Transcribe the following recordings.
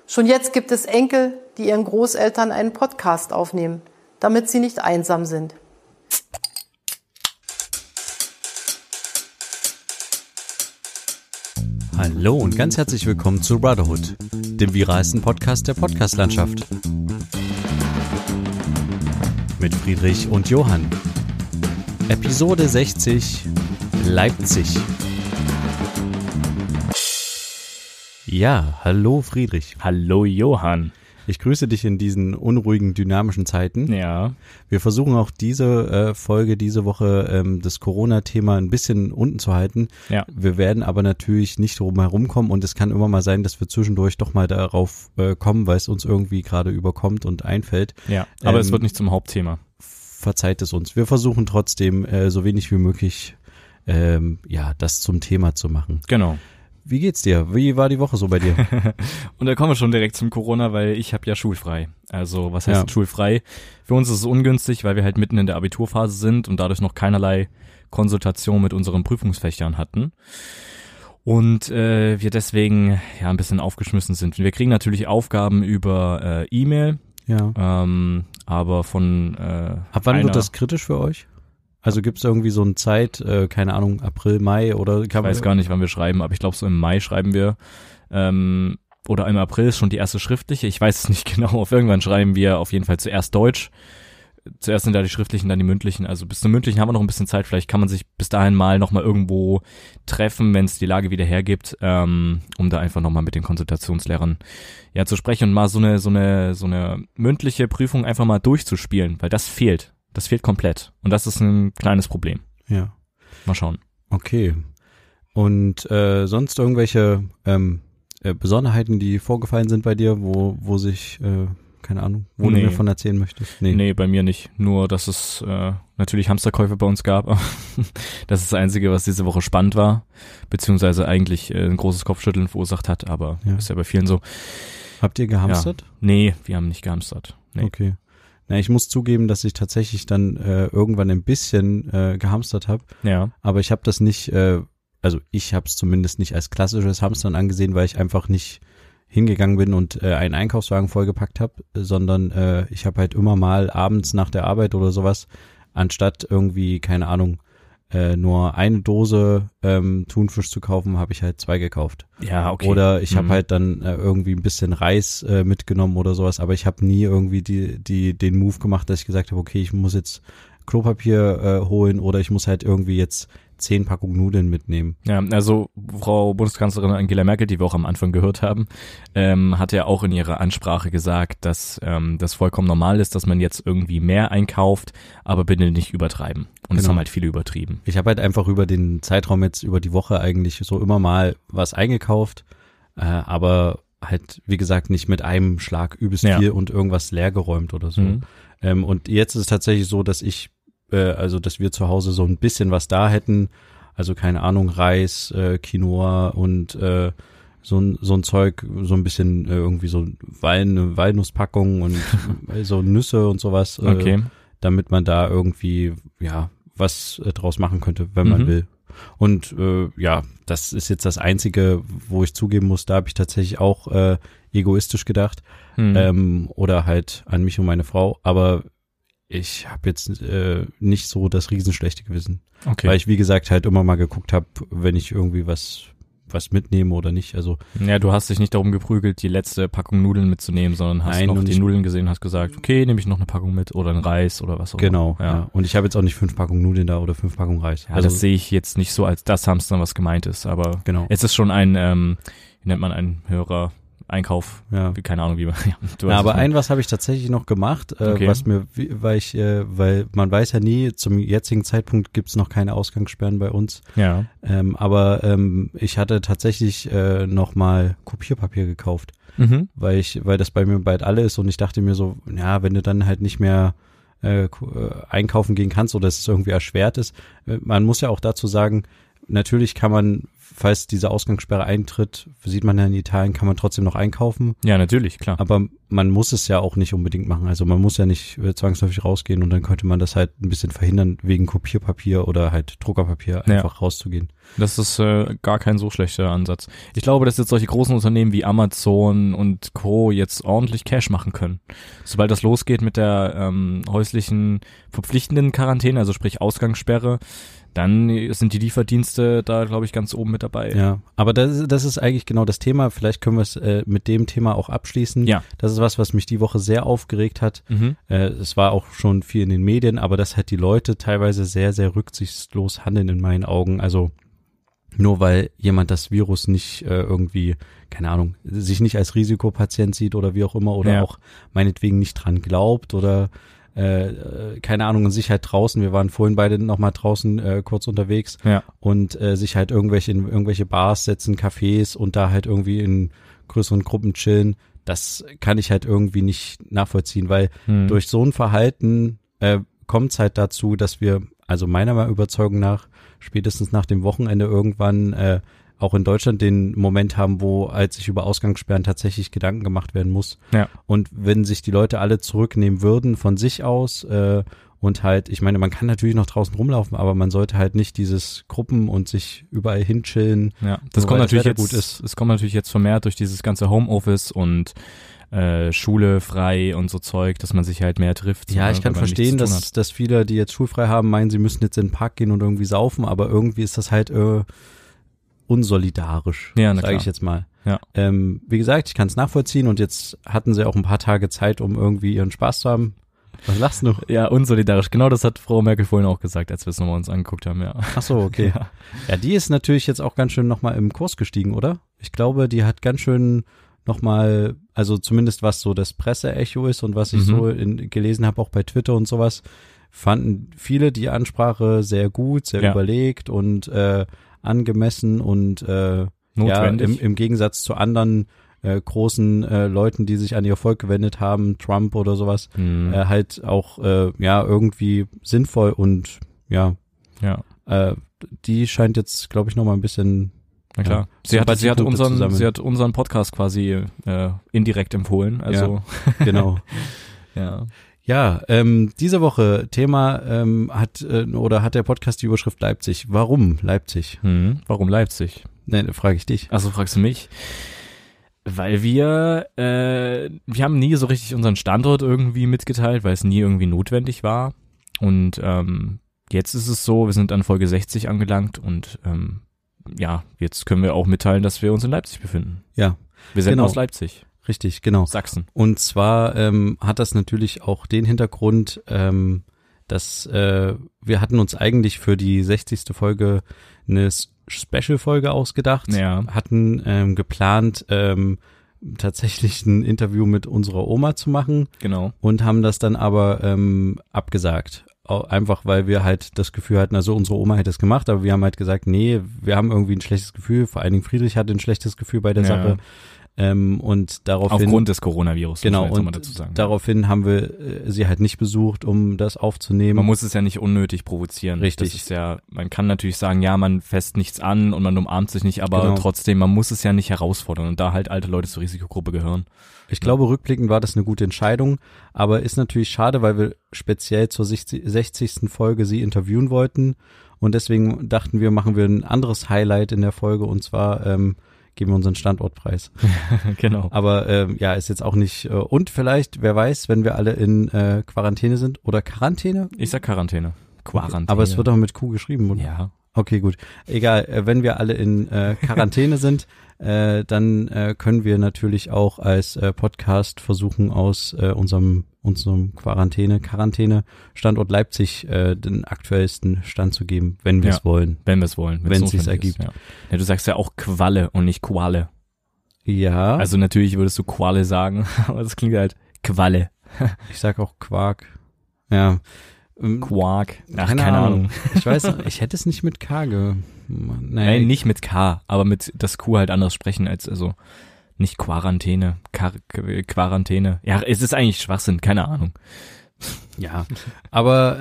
Schon jetzt gibt es Enkel, die ihren Großeltern einen Podcast aufnehmen, damit sie nicht einsam sind. Hallo und ganz herzlich willkommen zu Brotherhood, dem viralsten Podcast der Podcastlandschaft. Mit Friedrich und Johann. Episode 60, Leipzig. Ja, hallo Friedrich. Hallo Johann. Ich grüße dich in diesen unruhigen, dynamischen Zeiten. Ja. Wir versuchen auch diese Folge, diese Woche das Corona-Thema ein bisschen unten zu halten. Ja. Wir werden aber natürlich nicht drum herumkommen und es kann immer mal sein, dass wir zwischendurch doch mal darauf kommen, weil es uns irgendwie gerade überkommt und einfällt. Ja, aber es wird nicht zum Hauptthema. Verzeiht es uns. Wir versuchen trotzdem so wenig wie möglich das zum Thema zu machen. Genau. Wie geht's dir? Wie war die Woche so bei dir? Und da kommen wir schon direkt zum Corona, weil ich habe ja schulfrei. Also was heißt schulfrei? Für uns ist es ungünstig, weil wir halt mitten in der Abiturphase sind und dadurch noch keinerlei Konsultation mit unseren Prüfungsfächern hatten. Und wir deswegen ja ein bisschen aufgeschmissen sind. Wir kriegen natürlich Aufgaben über E-Mail, aber von Ab wann wird das kritisch für euch? Also gibt es irgendwie so eine Zeit, keine Ahnung, April, Mai oder? Ich weiß gar nicht, wann wir schreiben, aber ich glaube so im Mai schreiben wir. Oder im April ist schon die erste schriftliche. Ich weiß es nicht genau. Auf irgendwann schreiben wir auf jeden Fall zuerst Deutsch. Zuerst sind da die schriftlichen, dann die mündlichen. Also bis zum mündlichen haben wir noch ein bisschen Zeit. Vielleicht kann man sich bis dahin mal nochmal irgendwo treffen, wenn es die Lage wieder hergibt, um da einfach nochmal mit den Konsultationslehrern zu sprechen und mal so eine mündliche Prüfung einfach mal durchzuspielen, weil das fehlt. Das fehlt komplett. Und das ist ein kleines Problem. Ja. Mal schauen. Okay. Und sonst irgendwelche Besonderheiten, die vorgefallen sind bei dir, wo sich, keine Ahnung, wo du mir von erzählen möchtest? Nee, bei mir nicht. Nur, dass es natürlich Hamsterkäufe bei uns gab. Das ist das Einzige, was diese Woche spannend war. Beziehungsweise eigentlich ein großes Kopfschütteln verursacht hat. Aber ist ja bei vielen so. Habt ihr gehamstert? Ja. Nee, wir haben nicht gehamstert. Nee. Okay. Na, ich muss zugeben, dass ich tatsächlich dann irgendwann ein bisschen gehamstert habe. Ja. Aber ich habe das nicht, also ich habe es zumindest nicht als klassisches Hamstern angesehen, weil ich einfach nicht hingegangen bin und einen Einkaufswagen vollgepackt habe, sondern ich habe halt immer mal abends nach der Arbeit oder sowas, anstatt irgendwie, keine Ahnung, nur eine Dose Thunfisch zu kaufen, habe ich halt 2 gekauft. Ja, okay. Oder ich habe halt dann irgendwie ein bisschen Reis mitgenommen oder sowas, aber ich habe nie irgendwie den Move gemacht, dass ich gesagt habe, okay, ich muss jetzt Klopapier holen oder ich muss halt irgendwie jetzt 10 Packungen Nudeln mitnehmen. Ja, also Frau Bundeskanzlerin Angela Merkel, die wir auch am Anfang gehört haben, hat ja auch in ihrer Ansprache gesagt, dass das vollkommen normal ist, dass man jetzt irgendwie mehr einkauft, aber bitte nicht übertreiben. Und das haben halt viele übertrieben. Ich habe halt einfach über den Zeitraum jetzt, über die Woche eigentlich so immer mal was eingekauft, aber halt, wie gesagt, nicht mit einem Schlag übelst viel und irgendwas leergeräumt oder so. Und jetzt ist es tatsächlich so, dass dass wir zu Hause so ein bisschen was da hätten, also keine Ahnung, Reis, Quinoa und so ein Zeug, so ein bisschen irgendwie so Walnusspackung und so Nüsse und sowas, damit man da irgendwie was draus machen könnte, wenn man will. Und das ist jetzt das Einzige, wo ich zugeben muss, da habe ich tatsächlich auch egoistisch gedacht oder halt an mich und meine Frau, aber ich habe jetzt nicht so das riesenschlechte Gewissen, weil ich, wie gesagt, halt immer mal geguckt habe, wenn ich irgendwie was mitnehme oder nicht. Also du hast dich nicht darum geprügelt, die letzte Packung Nudeln mitzunehmen, sondern hast noch die Nudeln gesehen und hast gesagt, okay, nehme ich noch eine Packung mit oder einen Reis oder was auch immer. Genau, ja. Und ich habe jetzt auch nicht 5 Packungen Nudeln da oder 5 Packungen Reis. Ja, also das sehe ich jetzt nicht so als das Hamstern, was gemeint ist, aber es ist schon ein, wie nennt man, ein höherer Einkauf, keine Ahnung, wie man. Aber was habe ich tatsächlich noch gemacht, was mir, weil man weiß ja nie, zum jetzigen Zeitpunkt gibt's noch keine Ausgangssperren bei uns. Ja. Aber ich hatte tatsächlich noch mal Kopierpapier gekauft, weil das bei mir bald alle ist und ich dachte mir so, wenn du dann halt nicht mehr einkaufen gehen kannst oder es irgendwie erschwert ist, man muss ja auch dazu sagen, natürlich kann man, falls diese Ausgangssperre eintritt, sieht man ja in Italien, kann man trotzdem noch einkaufen. Ja, natürlich, klar. Aber man muss es ja auch nicht unbedingt machen. Also man muss ja nicht zwangsläufig rausgehen und dann könnte man das halt ein bisschen verhindern, wegen Kopierpapier oder halt Druckerpapier einfach rauszugehen. Das ist gar kein so schlechter Ansatz. Ich glaube, dass jetzt solche großen Unternehmen wie Amazon und Co. jetzt ordentlich Cash machen können. Sobald das losgeht mit der häuslichen verpflichtenden Quarantäne, also sprich Ausgangssperre, dann sind die Lieferdienste da, glaube ich, ganz oben mit dabei. Ja, aber das ist eigentlich genau das Thema. Vielleicht können wir es mit dem Thema auch abschließen. Ja. Das ist was mich die Woche sehr aufgeregt hat. Es war auch schon viel in den Medien, aber dass halt die Leute teilweise sehr, sehr rücksichtslos handeln in meinen Augen. Also nur weil jemand das Virus nicht irgendwie, keine Ahnung, sich nicht als Risikopatient sieht oder wie auch immer oder auch meinetwegen nicht dran glaubt oder keine Ahnung, in sich halt draußen, wir waren vorhin beide nochmal draußen kurz unterwegs und sich halt in irgendwelche Bars setzen, Cafés und da halt irgendwie in größeren Gruppen chillen, das kann ich halt irgendwie nicht nachvollziehen, weil durch so ein Verhalten kommt es halt dazu, dass wir, also meiner Überzeugung nach, spätestens nach dem Wochenende irgendwann auch in Deutschland den Moment haben, wo halt sich über Ausgangssperren tatsächlich Gedanken gemacht werden muss. Ja. Und wenn sich die Leute alle zurücknehmen würden von sich aus und halt, ich meine, man kann natürlich noch draußen rumlaufen, aber man sollte halt nicht dieses Gruppen und sich überall hinchillen. Ja, das kommt natürlich jetzt, es kommt natürlich jetzt vermehrt durch dieses ganze Homeoffice und Schule frei und so Zeug, dass man sich halt mehr trifft. Ja, ich kann verstehen, dass viele, die jetzt schulfrei haben, meinen, sie müssen jetzt in den Park gehen und irgendwie saufen, aber irgendwie ist das halt unsolidarisch, sage ich jetzt mal. Ja. Wie gesagt, ich kann es nachvollziehen und jetzt hatten sie auch ein paar Tage Zeit, um irgendwie ihren Spaß zu haben. Was lachst du? Ja, unsolidarisch. Genau das hat Frau Merkel vorhin auch gesagt, als wir es nochmal uns angeguckt haben, ja. Ach so, okay. Ja, die ist natürlich jetzt auch ganz schön nochmal im Kurs gestiegen, oder? Ich glaube, die hat ganz schön nochmal, also zumindest was so das Presseecho ist und was ich so gelesen habe, auch bei Twitter und sowas, fanden viele die Ansprache sehr gut, sehr überlegt und angemessen und notwendig. Im Gegensatz zu anderen großen Leuten, die sich an ihr Volk gewendet haben, Trump oder sowas, halt auch irgendwie sinnvoll und die scheint jetzt, glaube ich, nochmal ein bisschen. Na klar. Sie hat unseren Podcast quasi indirekt empfohlen. Also genau. Ja. Ja, diese Woche Thema hat der Podcast die Überschrift Leipzig. Warum Leipzig? Warum Leipzig? Nein, frage ich dich. Also fragst du mich? Weil wir haben nie so richtig unseren Standort irgendwie mitgeteilt, weil es nie irgendwie notwendig war. Und jetzt ist es so, wir sind an Folge 60 angelangt und jetzt können wir auch mitteilen, dass wir uns in Leipzig befinden. Ja. Wir sind aus Leipzig. Richtig, genau. Sachsen. Und zwar hat das natürlich auch den Hintergrund, dass wir hatten uns eigentlich für die 60. Folge eine Special-Folge ausgedacht, hatten geplant, tatsächlich ein Interview mit unserer Oma zu machen. Genau. Und haben das dann aber abgesagt. Einfach weil wir halt das Gefühl hatten, also unsere Oma hätte es gemacht, aber wir haben halt gesagt, nee, wir haben irgendwie ein schlechtes Gefühl, vor allen Dingen Friedrich hatte ein schlechtes Gefühl bei der Sache. Und daraufhin aufgrund des Coronavirus, genau, muss man jetzt und dazu sagen. Daraufhin haben wir sie halt nicht besucht, um das aufzunehmen. Man muss es ja nicht unnötig provozieren. Richtig. Das ist ja, man kann natürlich sagen, ja, man fässt nichts an und man umarmt sich nicht, aber trotzdem, man muss es ja nicht herausfordern und da halt alte Leute zur Risikogruppe gehören. Ich glaube, rückblickend war das eine gute Entscheidung, aber ist natürlich schade, weil wir speziell zur 60. Folge sie interviewen wollten und deswegen dachten wir, machen wir ein anderes Highlight in der Folge und zwar geben wir unseren Standortpreis. Genau. Aber ist jetzt auch nicht, und vielleicht, wer weiß, wenn wir alle in Quarantäne sind oder Quarantäne? Ich sag Quarantäne. Quarantäne. Aber es wird doch mit Q geschrieben, oder? Ja. Okay, gut. Egal, wenn wir alle in Quarantäne sind, dann können wir natürlich auch als Podcast versuchen, aus unserem Quarantäne-Standort Leipzig den aktuellsten Stand zu geben, wenn wir es wollen. Wenn wir es wollen. Wenn es sich ergibt. Ja, du sagst ja auch Qualle und nicht Qualle. Ja. Also natürlich würdest du Qualle sagen, aber das klingt halt Qualle. Ich sag auch Quark. Ja. Quark. Ach, keine Ahnung. Ich weiß, ich hätte es nicht mit K Nein, nicht mit K, aber mit das Q halt anders sprechen als, also nicht Quarantäne. Quarantäne. Ja, es ist eigentlich Schwachsinn, keine Ahnung. Ja, aber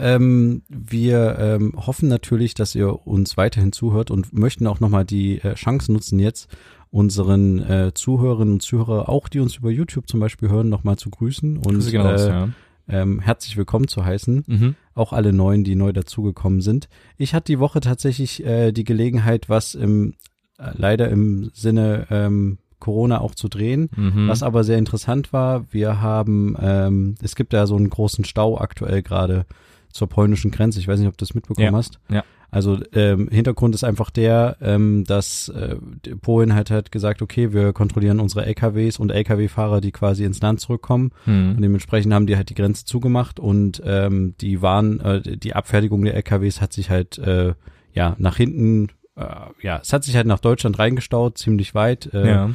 wir hoffen natürlich, dass ihr uns weiterhin zuhört und möchten auch nochmal die Chance nutzen jetzt unseren Zuhörerinnen und Zuhörer, auch die uns über YouTube zum Beispiel hören, nochmal zu grüßen und herzlich willkommen zu heißen. Auch alle Neuen, die neu dazugekommen sind. Ich hatte die Woche tatsächlich die Gelegenheit, was leider im Sinne Corona auch zu drehen, was aber sehr interessant war. Wir haben, es gibt da so einen großen Stau aktuell gerade zur polnischen Grenze. Ich weiß nicht, ob du das mitbekommen hast. Ja. Also Hintergrund ist einfach der, dass Polen hat gesagt, okay, wir kontrollieren unsere LKWs und LKW-Fahrer, die quasi ins Land zurückkommen. Und dementsprechend haben die halt die Grenze zugemacht und die Abfertigung der LKWs hat sich halt nach hinten, es hat sich halt nach Deutschland reingestaut, ziemlich weit.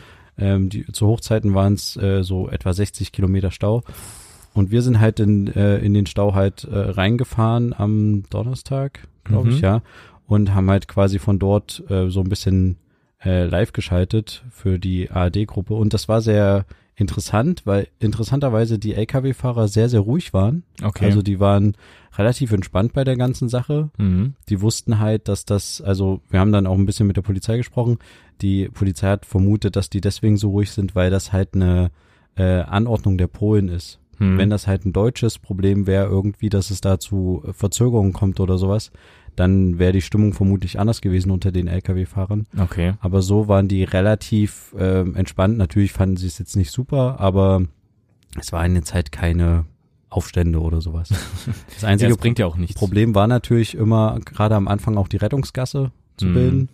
Zu Hochzeiten waren es so etwa 60 Kilometer Stau. Und wir sind halt in den Stau halt reingefahren am Donnerstag, glaube ich, und haben halt quasi von dort so ein bisschen live geschaltet für die ARD-Gruppe. Und das war sehr interessant, weil interessanterweise die LKW-Fahrer sehr, sehr ruhig waren. Okay. Also die waren relativ entspannt bei der ganzen Sache. Die wussten halt, dass wir haben dann auch ein bisschen mit der Polizei gesprochen. Die Polizei hat vermutet, dass die deswegen so ruhig sind, weil das halt eine Anordnung der Polen ist. Wenn das halt ein deutsches Problem wäre, irgendwie, dass es da zu Verzögerungen kommt oder sowas, dann wäre die Stimmung vermutlich anders gewesen unter den LKW-Fahrern. Okay. Aber so waren die relativ entspannt. Natürlich fanden sie es jetzt nicht super, aber es war in der Zeit keine Aufstände oder sowas. Das einzige das bringt ja auch nichts. Problem war natürlich immer, gerade am Anfang auch die Rettungsgasse zu bilden.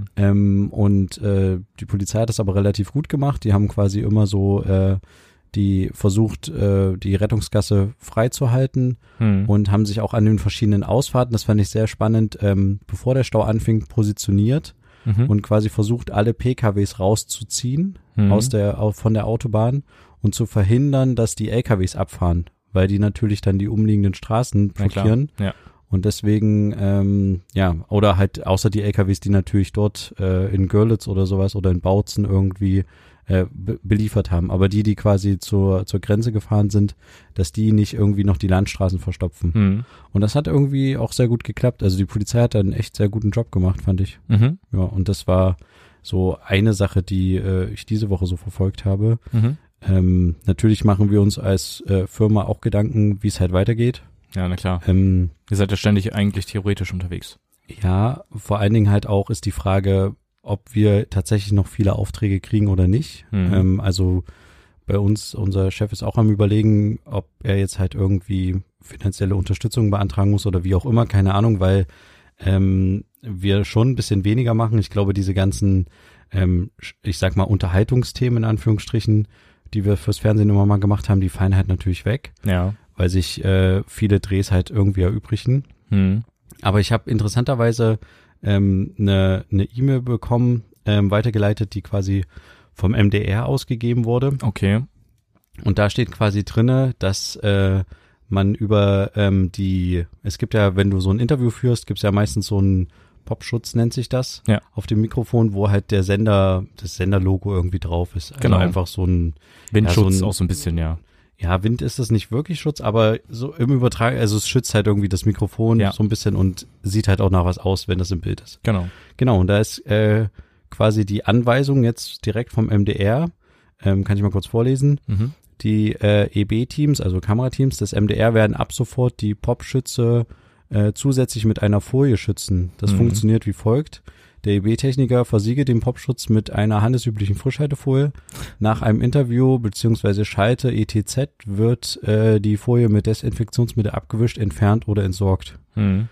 Und die Polizei hat das aber relativ gut gemacht. Die haben quasi immer so die versucht, die Rettungsgasse freizuhalten und haben sich auch an den verschiedenen Ausfahrten, das fand ich sehr spannend, bevor der Stau anfing, positioniert und quasi versucht, alle PKWs rauszuziehen von der Autobahn und zu verhindern, dass die LKWs abfahren, weil die natürlich dann die umliegenden Straßen blockieren. Ja. Und deswegen, oder halt außer die LKWs, die natürlich dort in Görlitz oder sowas oder in Bautzen irgendwie beliefert haben. Aber die quasi zur Grenze gefahren sind, dass die nicht irgendwie noch die Landstraßen verstopfen. Und das hat irgendwie auch sehr gut geklappt. Also die Polizei hat da einen echt sehr guten Job gemacht, fand ich. Ja, und das war so eine Sache, die ich diese Woche so verfolgt habe. Natürlich machen wir uns als Firma auch Gedanken, wie es halt weitergeht. Ja, na klar. Ihr seid ja ständig eigentlich theoretisch unterwegs. Ja, vor allen Dingen halt auch ist die Frage, ob wir tatsächlich noch viele Aufträge kriegen oder nicht. Also bei uns, unser Chef ist auch am Überlegen, ob er jetzt halt irgendwie finanzielle Unterstützung beantragen muss oder wie auch immer, keine Ahnung, weil wir schon ein bisschen weniger machen. Ich glaube, diese ganzen, ich sag mal, Unterhaltungsthemen in Anführungsstrichen, die wir fürs Fernsehen immer mal gemacht haben, die fallen halt natürlich weg, weil sich viele Drehs halt irgendwie erübrigen. Aber ich habe interessanterweise eine E-Mail bekommen, weitergeleitet, die quasi vom MDR ausgegeben wurde. Okay. Und da steht quasi drinne, dass man über es gibt ja, wenn du so ein Interview führst, gibt's ja meistens so einen Popschutz, nennt sich das, auf dem Mikrofon, wo halt das Senderlogo irgendwie drauf ist. Also einfach so ein Windschutz auch so ein bisschen, Ja, Wind ist das nicht wirklich Schutz, aber so im Übertrag, also es schützt halt irgendwie das Mikrofon so ein bisschen und sieht halt auch nach was aus, wenn das im Bild ist. Genau, und da ist quasi die Anweisung jetzt direkt vom MDR, kann ich mal kurz vorlesen. Die EB-Teams, also Kamerateams des MDR, werden ab sofort die Popschütze zusätzlich mit einer Folie schützen. Das funktioniert wie folgt. Der EB-Techniker versiegelt den Popschutz mit einer handelsüblichen Frischhaltefolie. Nach einem Interview bzw. Schalte etc. wird die Folie mit Desinfektionsmittel abgewischt, entfernt oder entsorgt.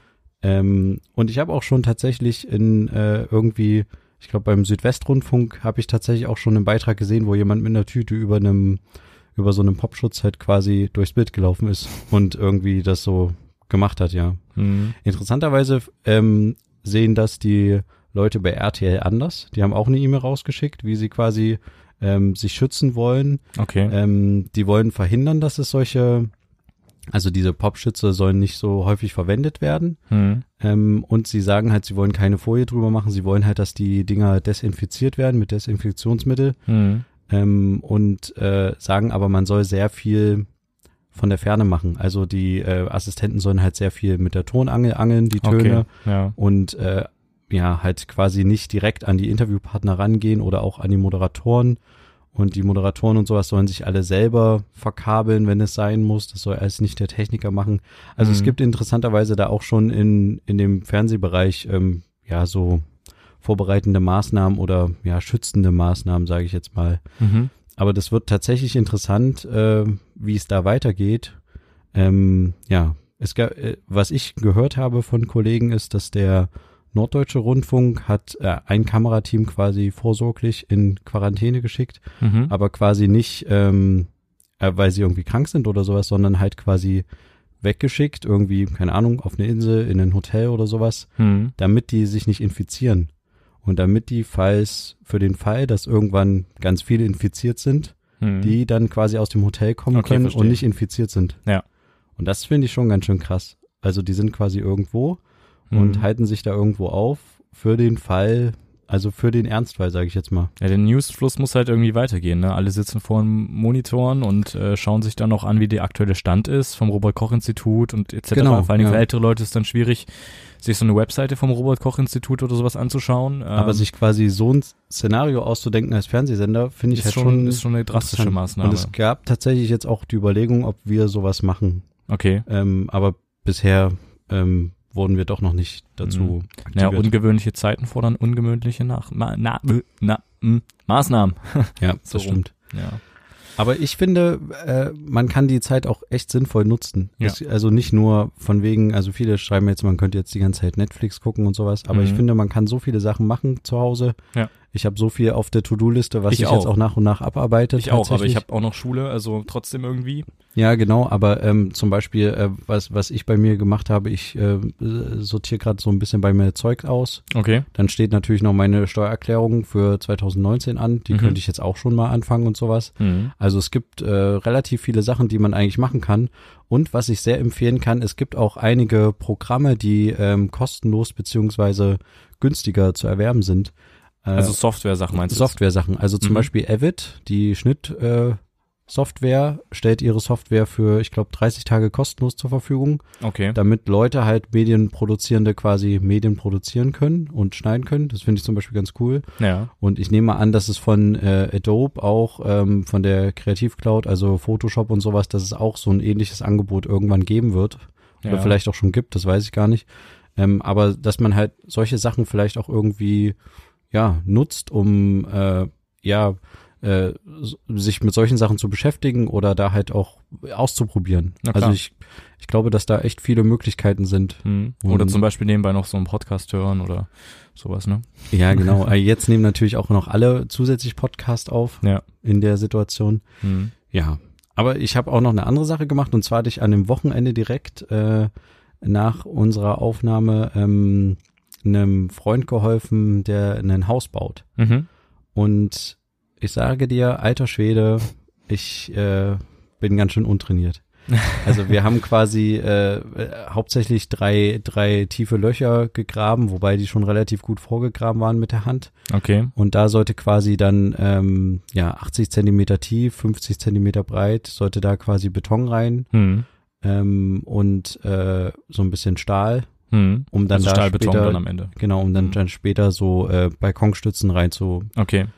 Und ich habe auch schon tatsächlich in ich glaube beim Südwestrundfunk habe ich tatsächlich auch schon einen Beitrag gesehen, wo jemand mit einer Tüte über so einem Popschutz halt quasi durchs Bild gelaufen ist und irgendwie das so gemacht hat, Interessanterweise sehen das die Leute bei RTL anders. Die haben auch eine E-Mail rausgeschickt, wie sie quasi sich schützen wollen. Okay. Die wollen verhindern, dass es also diese Popschütze sollen nicht so häufig verwendet werden. Und sie sagen halt, sie wollen keine Folie drüber machen. Sie wollen halt, dass die Dinger desinfiziert werden mit Desinfektionsmittel. Und sagen aber, man soll sehr viel von der Ferne machen. Also die Assistenten sollen halt sehr viel mit der Tonangel angeln, die Töne. Okay, ja. Und ja halt quasi nicht direkt an die Interviewpartner rangehen oder auch an die Moderatoren. Und die Moderatoren und sowas sollen sich alle selber verkabeln, wenn es sein muss. Das soll alles nicht der Techniker machen. Also es gibt interessanterweise da auch schon in dem Fernsehbereich ja so vorbereitende Maßnahmen oder ja schützende Maßnahmen, sage ich jetzt mal. Aber das wird tatsächlich interessant, wie es da weitergeht. Ja, es gab, was ich gehört habe von Kollegen ist, dass der Norddeutsche Rundfunk hat ein Kamerateam quasi vorsorglich in Quarantäne geschickt, aber quasi nicht, weil sie irgendwie krank sind oder sowas, sondern halt quasi weggeschickt, irgendwie, keine Ahnung, auf eine Insel, in ein Hotel oder sowas, damit die sich nicht infizieren. Und damit die für den Fall, dass irgendwann ganz viele infiziert sind, die dann quasi aus dem Hotel kommen können verstehe. und nicht infiziert sind. Ja. Und das finde ich schon ganz schön krass. Also die sind quasi irgendwo und halten sich da irgendwo auf für den Fall, also für den Ernstfall, sage ich jetzt mal. Ja, der Newsfluss muss halt irgendwie weitergehen, ne? Alle sitzen vor den Monitoren und schauen sich dann auch an, wie der aktuelle Stand ist vom Robert-Koch-Institut und etc. Genau, Vor allem für ältere Leute ist es dann schwierig, sich so eine Webseite vom Robert-Koch-Institut oder sowas anzuschauen. Aber sich quasi so ein Szenario auszudenken als Fernsehsender, finde ich ist halt schon eine drastische Maßnahme. Und es gab tatsächlich jetzt auch die Überlegung, ob wir sowas machen. Okay. Aber bisher wurden wir doch noch nicht dazu aktiviert. Ja, ungewöhnliche Zeiten fordern ungewöhnliche Maßnahmen. Ja, So das stimmt. Ja. Aber ich finde, man kann die Zeit auch echt sinnvoll nutzen. Ja. Also nicht nur von wegen, also viele schreiben jetzt, man könnte jetzt die ganze Zeit Netflix gucken und sowas, aber ich finde, man kann so viele Sachen machen zu Hause. Ja. Ich habe so viel auf der To-Do-Liste, was ich jetzt auch nach und nach abarbeite. Ich auch, aber ich habe auch noch Schule, also trotzdem irgendwie. Ja, genau, aber zum Beispiel, was ich bei mir gemacht habe, ich sortiere gerade so ein bisschen bei mir Zeug aus. Okay. Dann steht natürlich noch meine Steuererklärung für 2019 an, die könnte ich jetzt auch schon mal anfangen und sowas. Also es gibt relativ viele Sachen, die man eigentlich machen kann. Und was ich sehr empfehlen kann, es gibt auch einige Programme, die kostenlos beziehungsweise günstiger zu erwerben sind. Also Software-Sachen meinst du? Software-Sachen, also zum Beispiel Avid, die Schnitt-Software, stellt ihre Software für, ich glaube, 30 Tage kostenlos zur Verfügung. Okay. Damit Leute halt Medienproduzierende quasi Medien produzieren können und schneiden können. Das finde ich zum Beispiel ganz cool. Ja. Und ich nehme an, dass es von Adobe auch, von der Kreativcloud, also Photoshop und sowas, dass es auch so ein ähnliches Angebot irgendwann geben wird. Oder vielleicht auch schon gibt, das weiß ich gar nicht. Aber dass man halt solche Sachen vielleicht auch irgendwie nutzt, um sich mit solchen Sachen zu beschäftigen oder da halt auch auszuprobieren. Also ich glaube, dass da echt viele Möglichkeiten sind. Oder zum Beispiel nebenbei noch so einen Podcast hören oder sowas, ne? Ja, genau. Jetzt nehmen natürlich auch noch alle zusätzlich Podcast auf in der Situation. Ja, aber ich habe auch noch eine andere Sache gemacht und zwar hatte ich an dem Wochenende direkt nach unserer Aufnahme einem Freund geholfen, der ein Haus baut. Und ich sage dir, alter Schwede, ich bin ganz schön untrainiert. Also wir haben quasi hauptsächlich drei tiefe Löcher gegraben, wobei die schon relativ gut vorgegraben waren mit der Hand. Okay. Und da sollte quasi dann 80 Zentimeter tief, 50 Zentimeter breit, sollte da quasi Beton rein und so ein bisschen Stahl. Um dann also da Stahlbeton später, dann am Ende. Genau, um dann später so Balkonstützen reinzutun.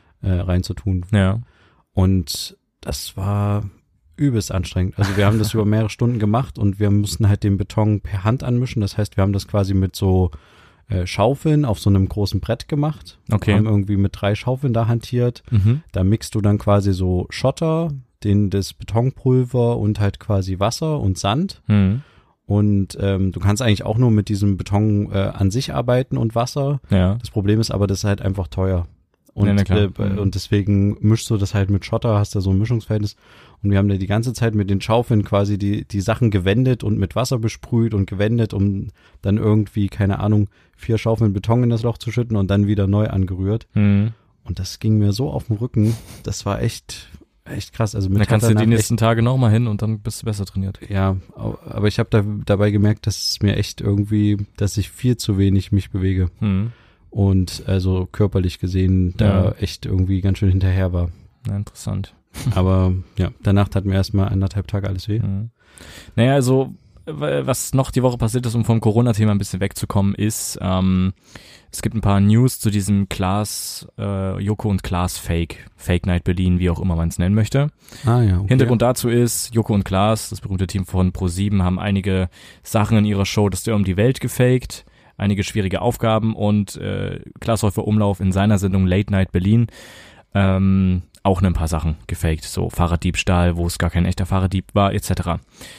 Ja. Und das war übelst anstrengend. Also wir haben das über mehrere Stunden gemacht und wir mussten halt den Beton per Hand anmischen. Das heißt, wir haben das quasi mit so Schaufeln auf so einem großen Brett gemacht. Okay. Haben irgendwie mit 3 Schaufeln da hantiert. Da mixt du dann quasi so Schotter, das Betonpulver und halt quasi Wasser und Sand. Und du kannst eigentlich auch nur mit diesem Beton an sich arbeiten und Wasser. Ja. Das Problem ist aber, das ist halt einfach teuer. Und, und deswegen mischst du das halt mit Schotter, hast da so ein Mischungsverhältnis. Und wir haben da die ganze Zeit mit den Schaufeln quasi die Sachen gewendet und mit Wasser besprüht und gewendet, um dann irgendwie, keine Ahnung, 4 Schaufeln Beton in das Loch zu schütten und dann wieder neu angerührt. Und das ging mir so auf den Rücken. Das war echt krass. Also da kannst du die nächsten Tage nochmal hin und dann bist du besser trainiert. Ja, aber ich habe dabei gemerkt, dass es mir echt irgendwie, dass ich viel zu wenig mich bewege. Und also körperlich gesehen da echt irgendwie ganz schön hinterher war. Ja, interessant. Aber ja, danach tat mir erstmal 1,5 Tage alles weh. Naja, also was noch die Woche passiert ist, um vom Corona-Thema ein bisschen wegzukommen, ist, es gibt ein paar News zu diesem Joko und Klaas Fake Night Berlin, wie auch immer man es nennen möchte. Ah, ja, okay. Hintergrund dazu ist, Joko und Klaas, das berühmte Team von Pro7, haben einige Sachen in ihrer Show Das Dörr um die Welt gefaked, einige schwierige Aufgaben und Klaas Häufer Umlauf in seiner Sendung Late Night Berlin auch ein paar Sachen gefaked, so Fahrraddiebstahl, wo es gar kein echter Fahrraddieb war, etc.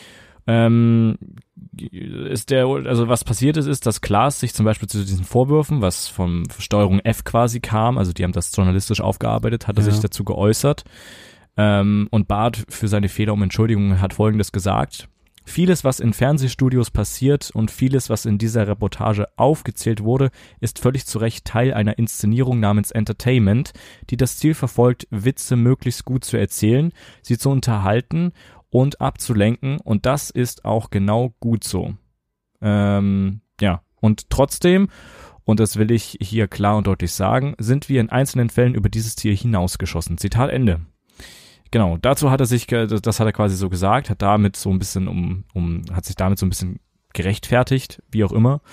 Was passiert ist, dass Klaas sich zum Beispiel zu diesen Vorwürfen, was von Steuerung F quasi kam, also die haben das journalistisch aufgearbeitet, hat er sich dazu geäußert und bat für seine Fehler um Entschuldigung, hat Folgendes gesagt: Vieles, was in Fernsehstudios passiert und vieles, was in dieser Reportage aufgezählt wurde, ist völlig zu Recht Teil einer Inszenierung namens Entertainment, die das Ziel verfolgt, Witze möglichst gut zu erzählen, sie zu unterhalten und abzulenken, und das ist auch genau gut so. Und trotzdem, und das will ich hier klar und deutlich sagen, sind wir in einzelnen Fällen über dieses Ziel hinausgeschossen. Zitat Ende. Genau, dazu hat er sich, das hat er quasi so gesagt, hat damit so ein bisschen hat sich damit so ein bisschen gerechtfertigt, wie auch immer.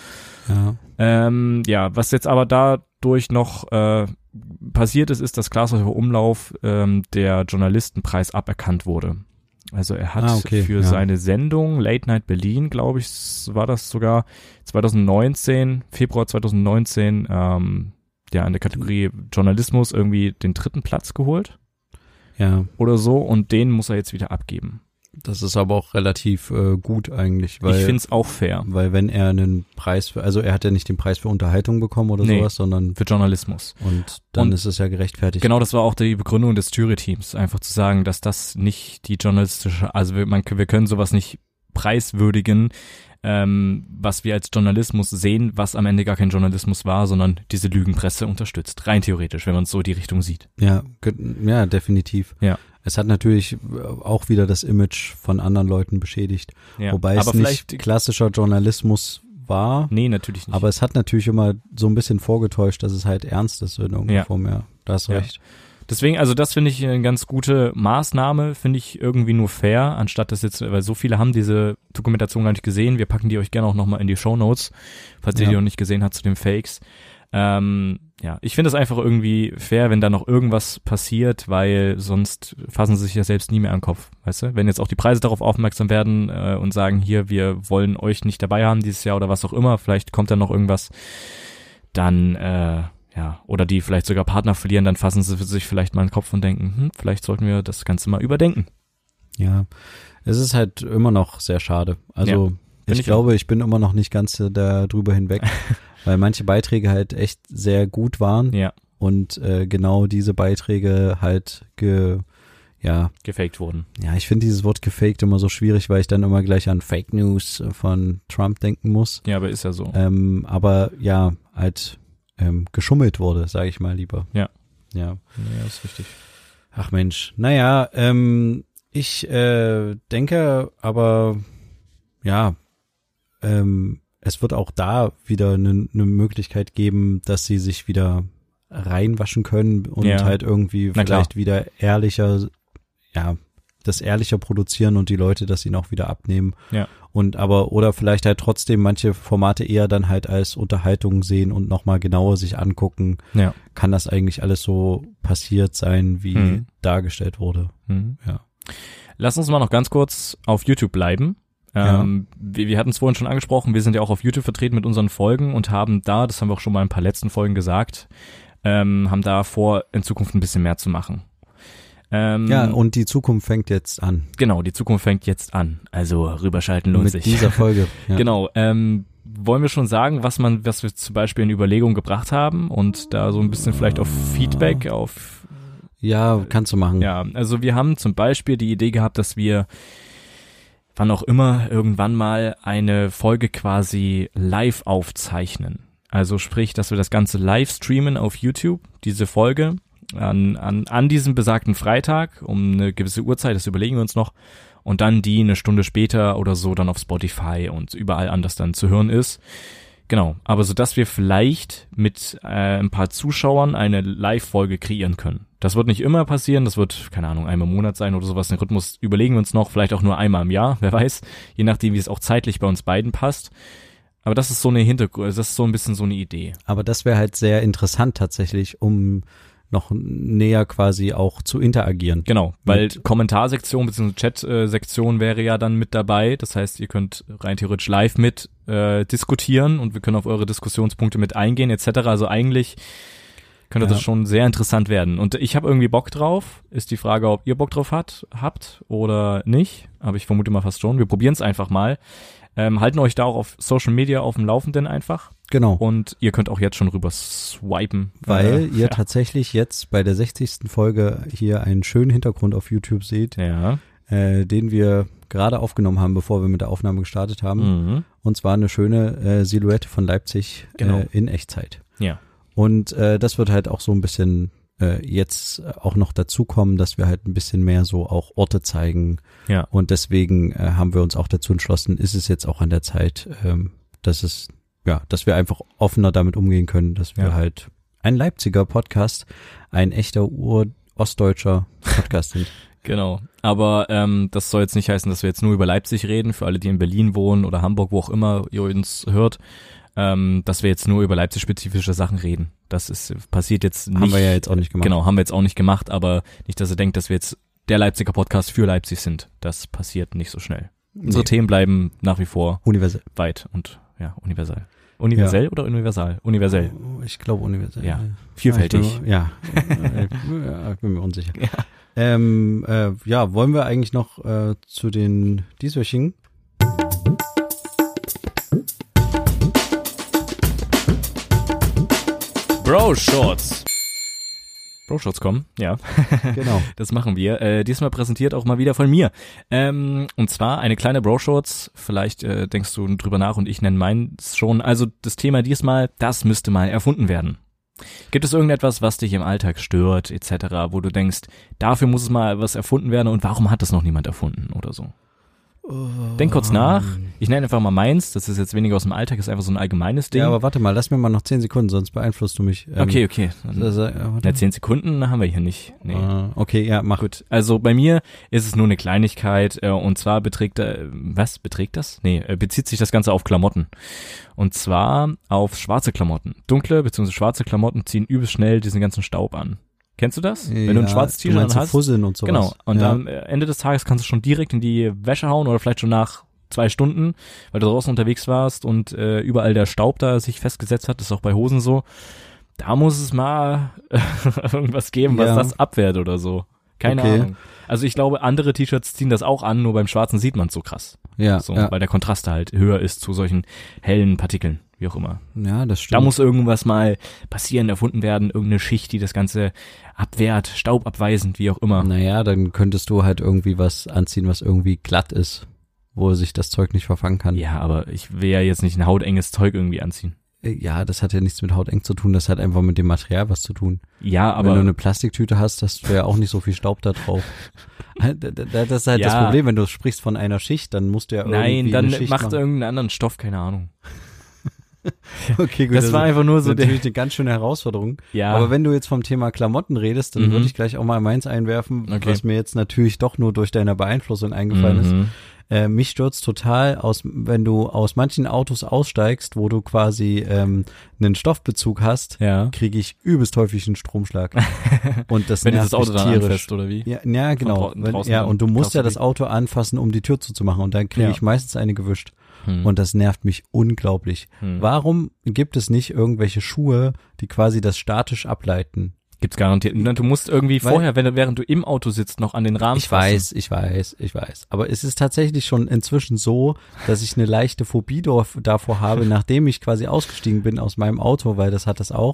Ja. Was jetzt aber dadurch noch passiert ist, dass Klaas Häufer Umlauf der Journalistenpreis aberkannt wurde. Also er hat für seine Sendung Late Night Berlin, glaube ich, war das sogar 2019, Februar 2019, in der Kategorie Journalismus irgendwie den 3. Platz geholt. Ja. Oder so, und den muss er jetzt wieder abgeben. Das ist aber auch relativ gut eigentlich, weil ich finde es auch fair. Weil wenn er einen Preis also er hat ja nicht den Preis für Unterhaltung bekommen oder sowas, sondern für Journalismus. Und dann ist es ja gerechtfertigt. Genau, das war auch die Begründung des Juryteams, einfach zu sagen, dass das nicht die journalistische, also wir können sowas nicht preiswürdigen, was wir als Journalismus sehen, was am Ende gar kein Journalismus war, sondern diese Lügenpresse unterstützt. Rein theoretisch, wenn man es so die Richtung sieht. Ja, definitiv. Ja. Es hat natürlich auch wieder das Image von anderen Leuten beschädigt. Ja. Wobei es nicht klassischer Journalismus war. Nee, natürlich nicht. Aber es hat natürlich immer so ein bisschen vorgetäuscht, dass es halt ernst ist in irgendeiner Form. Ja, da hast du recht. Deswegen, also das finde ich eine ganz gute Maßnahme, finde ich irgendwie nur fair, anstatt das jetzt, weil so viele haben diese Dokumentation gar nicht gesehen. Wir packen die euch gerne auch nochmal in die Shownotes, falls ihr die noch nicht gesehen habt zu den Fakes. Ich finde es einfach irgendwie fair, wenn da noch irgendwas passiert, weil sonst fassen sie sich ja selbst nie mehr an den Kopf, weißt du? Wenn jetzt auch die Preise darauf aufmerksam werden und sagen, hier, wir wollen euch nicht dabei haben dieses Jahr oder was auch immer, vielleicht kommt da noch irgendwas, dann oder die vielleicht sogar Partner verlieren, dann fassen sie sich vielleicht mal in den Kopf und denken, vielleicht sollten wir das Ganze mal überdenken. Ja, es ist halt immer noch sehr schade. Also ich glaube, ich bin immer noch nicht ganz darüber hinweg, weil manche Beiträge halt echt sehr gut waren und genau diese Beiträge halt gefaked wurden. Ja, ich finde dieses Wort gefaked immer so schwierig, weil ich dann immer gleich an Fake News von Trump denken muss. Ja, aber ist ja so. Aber ja, halt geschummelt wurde, sage ich mal lieber. Ja. Ja, ist richtig. Ach Mensch, naja, ich denke aber, es wird auch da wieder eine Möglichkeit geben, dass sie sich wieder reinwaschen können und halt irgendwie vielleicht wieder das ehrlicher produzieren und die Leute das ihnen auch wieder abnehmen. Ja. Oder vielleicht halt trotzdem manche Formate eher dann halt als Unterhaltung sehen und nochmal genauer sich angucken. Ja. Kann das eigentlich alles so passiert sein, wie dargestellt wurde? Ja. Lass uns mal noch ganz kurz auf YouTube bleiben. Wir hatten es vorhin schon angesprochen, wir sind ja auch auf YouTube vertreten mit unseren Folgen und haben da, das haben wir auch schon mal in ein paar letzten Folgen gesagt, haben da vor, in Zukunft ein bisschen mehr zu machen. Und die Zukunft fängt jetzt an. Genau, die Zukunft fängt jetzt an. Also rüberschalten lohnt sich. Mit dieser Folge. Ja. Genau. Wollen wir schon sagen, was wir zum Beispiel in Überlegung gebracht haben und da so ein bisschen vielleicht auf Feedback Ja, kannst du machen. Ja, also wir haben zum Beispiel die Idee gehabt, dass wir wann auch immer irgendwann mal eine Folge quasi live aufzeichnen. Also sprich, dass wir das Ganze live streamen auf YouTube, diese Folge. An diesem besagten Freitag um eine gewisse Uhrzeit, das überlegen wir uns noch, und dann die eine Stunde später oder so dann auf Spotify und überall anders dann zu hören ist. Genau, aber so dass wir vielleicht mit ein paar Zuschauern eine Live-Folge kreieren können. Das wird nicht immer passieren, das wird, keine Ahnung, einmal im Monat sein oder sowas. Den Rhythmus überlegen wir uns noch, vielleicht auch nur einmal im Jahr, wer weiß, je nachdem, wie es auch zeitlich bei uns beiden passt. Aber das ist so eine das ist so ein bisschen so eine Idee. Aber das wäre halt sehr interessant tatsächlich, um noch näher quasi auch zu interagieren. Genau, weil Kommentarsektion bzw. Chat-Sektion wäre ja dann mit dabei. Das heißt, ihr könnt rein theoretisch live mit diskutieren und wir können auf eure Diskussionspunkte mit eingehen etc. Also eigentlich könnte das schon sehr interessant werden. Und ich habe irgendwie Bock drauf. Ist die Frage, ob ihr Bock drauf habt oder nicht. Aber ich vermute mal fast schon. Wir probieren es einfach mal. Halten euch da auch auf Social Media auf dem Laufenden einfach. Genau. Und ihr könnt auch jetzt schon rüber swipen. Weil ihr tatsächlich jetzt bei der 60. Folge hier einen schönen Hintergrund auf YouTube seht, den wir gerade aufgenommen haben, bevor wir mit der Aufnahme gestartet haben. Mhm. Und zwar eine schöne Silhouette von Leipzig in Echtzeit. Ja. Und das wird halt auch so ein bisschen jetzt auch noch dazukommen, dass wir halt ein bisschen mehr so auch Orte zeigen. Ja. Und deswegen haben wir uns auch dazu entschlossen, ist es jetzt auch an der Zeit, dass wir einfach offener damit umgehen können, dass wir halt ein Leipziger Podcast, ein echter ostdeutscher Podcast sind. Genau, aber das soll jetzt nicht heißen, dass wir jetzt nur über Leipzig reden, für alle, die in Berlin wohnen oder Hamburg, wo auch immer ihr uns hört, dass wir jetzt nur über Leipzig-spezifische Sachen reden. Das passiert jetzt nicht. Haben wir ja jetzt auch nicht gemacht. Genau, haben wir jetzt auch nicht gemacht, aber nicht, dass ihr denkt, dass wir jetzt der Leipziger Podcast für Leipzig sind. Das passiert nicht so schnell. Unsere Themen bleiben nach wie vor universell weit und universell. Universell oder universal? Universell. Ich glaube universell. Ja, vielfältig. Ich bin mir unsicher. Wollen wir eigentlich noch zu den dieswöchigen? Bro-Shorts kommen, ja. Genau. Das machen wir. Diesmal präsentiert auch mal wieder von mir. Und zwar eine kleine Bro-Shorts. Vielleicht denkst du drüber nach und ich nenne meins schon. Also das Thema diesmal, das müsste mal erfunden werden. Gibt es irgendetwas, was dich im Alltag stört, etc., wo du denkst, dafür muss es mal was erfunden werden und warum hat das noch niemand erfunden oder so? Denk kurz nach. Ich nenne einfach mal meins. Das ist jetzt weniger aus dem Alltag, ist einfach so ein allgemeines Ding. Ja, aber warte mal, lass mir mal noch 10 Sekunden, sonst beeinflusst du mich. Okay. 10 Sekunden haben wir hier nicht. Nee. Okay, ja, mach. Gut, also bei mir ist es nur eine Kleinigkeit und zwar bezieht sich das Ganze auf Klamotten. Und zwar auf schwarze Klamotten. Dunkle bzw. schwarze Klamotten ziehen übelst schnell diesen ganzen Staub an. Kennst du das? Wenn du ein schwarzes T-Shirt hast. Fusseln und sowas. Genau. Und am Ende des Tages kannst du schon direkt in die Wäsche hauen oder vielleicht schon nach 2 Stunden, weil du draußen unterwegs warst und überall der Staub da sich festgesetzt hat. Das ist auch bei Hosen so. Da muss es mal irgendwas geben, was das abwehrt oder so. Keine Ahnung. Also ich glaube, andere T-Shirts ziehen das auch an, nur beim Schwarzen sieht man es so krass. Ja, so, weil der Kontrast halt höher ist zu solchen hellen Partikeln, wie auch immer. Ja, das stimmt. Da muss irgendwas mal passieren, erfunden werden, irgendeine Schicht, die das Ganze abwehrt, staubabweisend, wie auch immer. Naja, dann könntest du halt irgendwie was anziehen, was irgendwie glatt ist, wo sich das Zeug nicht verfangen kann. Ja, aber ich will ja jetzt nicht ein hautenges Zeug irgendwie anziehen. Ja, das hat ja nichts mit hauteng zu tun, das hat einfach mit dem Material was zu tun. Ja, aber wenn du eine Plastiktüte hast, hast du ja auch nicht so viel Staub da drauf. Das ist halt das Problem, wenn du sprichst von einer Schicht, dann musst du ja irgendwie dann eine Schicht macht machen. irgendeinen anderen Stoff, keine Ahnung. Okay, gut. Das war einfach nur so natürlich eine ganz schöne Herausforderung. Ja. Aber wenn du jetzt vom Thema Klamotten redest, dann würde ich gleich auch mal meins einwerfen, was mir jetzt natürlich doch nur durch deine Beeinflussung eingefallen ist. Mich stört's total, wenn du aus manchen Autos aussteigst, wo du quasi einen Stoffbezug hast, kriege ich übelst häufig einen Stromschlag. Und das wenn nervt du das Auto dann tierisch. anfasst, oder wie? Ja, genau. Und du musst ja das Auto anfassen, um die Tür zuzumachen. Und dann kriege ich meistens eine gewischt. Und das nervt mich unglaublich. Warum gibt es nicht irgendwelche Schuhe, die quasi das statisch ableiten? Gibt's garantiert. Du musst irgendwie vorher, während du im Auto sitzt, noch an den Rahmen fassen. Ich weiß. Aber es ist tatsächlich schon inzwischen so, dass ich eine leichte Phobie davor habe, nachdem ich quasi ausgestiegen bin aus meinem Auto, weil das hat das auch,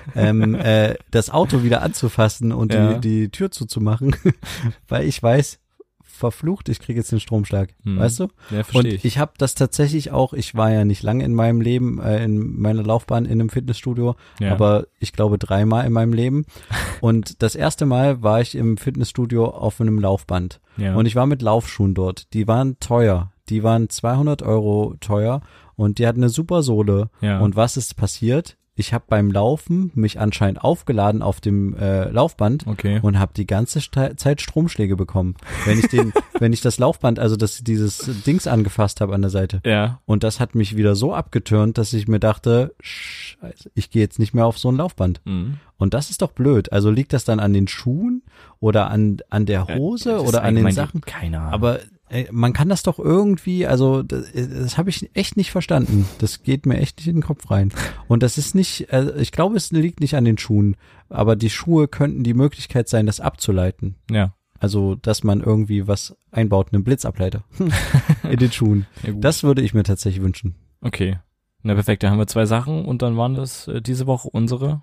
das Auto wieder anzufassen und die Tür zuzumachen, weil ich weiß, verflucht, ich kriege jetzt den Stromschlag, weißt du? Ja, verstehe ich. Und ich habe das tatsächlich auch, ich war ja nicht lange in meinem Leben, in meiner Laufbahn in einem Fitnessstudio, aber ich glaube 3-mal in meinem Leben. Und das erste Mal war ich im Fitnessstudio auf einem Laufband. Ja. Und ich war mit Laufschuhen dort. Die waren teuer. Die waren 200 € teuer und die hatten eine super Sohle. Ja. Und was ist passiert? Ich habe beim Laufen mich anscheinend aufgeladen auf dem Laufband und habe die ganze Zeit Stromschläge bekommen, wenn ich das Laufband, also dieses Dings angefasst habe an der Seite. Ja. Und das hat mich wieder so abgetürnt, dass ich mir dachte, Scheiße, ich gehe jetzt nicht mehr auf so ein Laufband. Mhm. Und das ist doch blöd. Also liegt das dann an den Schuhen oder an der Hose oder an den Sachen? Keine Ahnung. Aber man kann das doch irgendwie, also das habe ich echt nicht verstanden. Das geht mir echt nicht in den Kopf rein. Und das ist nicht, ich glaube, es liegt nicht an den Schuhen, aber die Schuhe könnten die Möglichkeit sein, das abzuleiten. Ja. Also, dass man irgendwie was einbaut, einen Blitzableiter in den Schuhen. Ja, gut. Das würde ich mir tatsächlich wünschen. Okay. Na perfekt, da haben wir 2 Sachen und dann waren das diese Woche unsere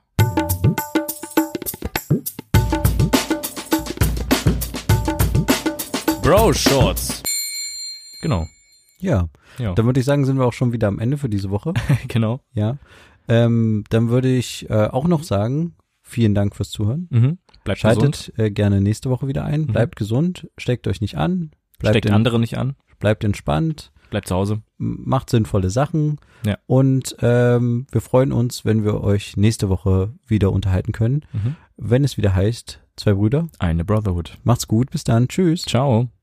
Bro-Shorts. Genau. Ja. Dann würde ich sagen, sind wir auch schon wieder am Ende für diese Woche. Genau. Ja. Dann würde ich auch noch sagen, vielen Dank fürs Zuhören. Mhm. Bleibt Schaltet gerne nächste Woche wieder ein. Bleibt gesund, steckt euch nicht an. Steckt andere nicht an. Bleibt entspannt. Bleibt zu Hause. Macht sinnvolle Sachen. Ja. Und wir freuen uns, wenn wir euch nächste Woche wieder unterhalten können. Wenn es wieder heißt, 2 Brüder. Eine Brotherhood. Macht's gut, bis dann. Tschüss. Ciao.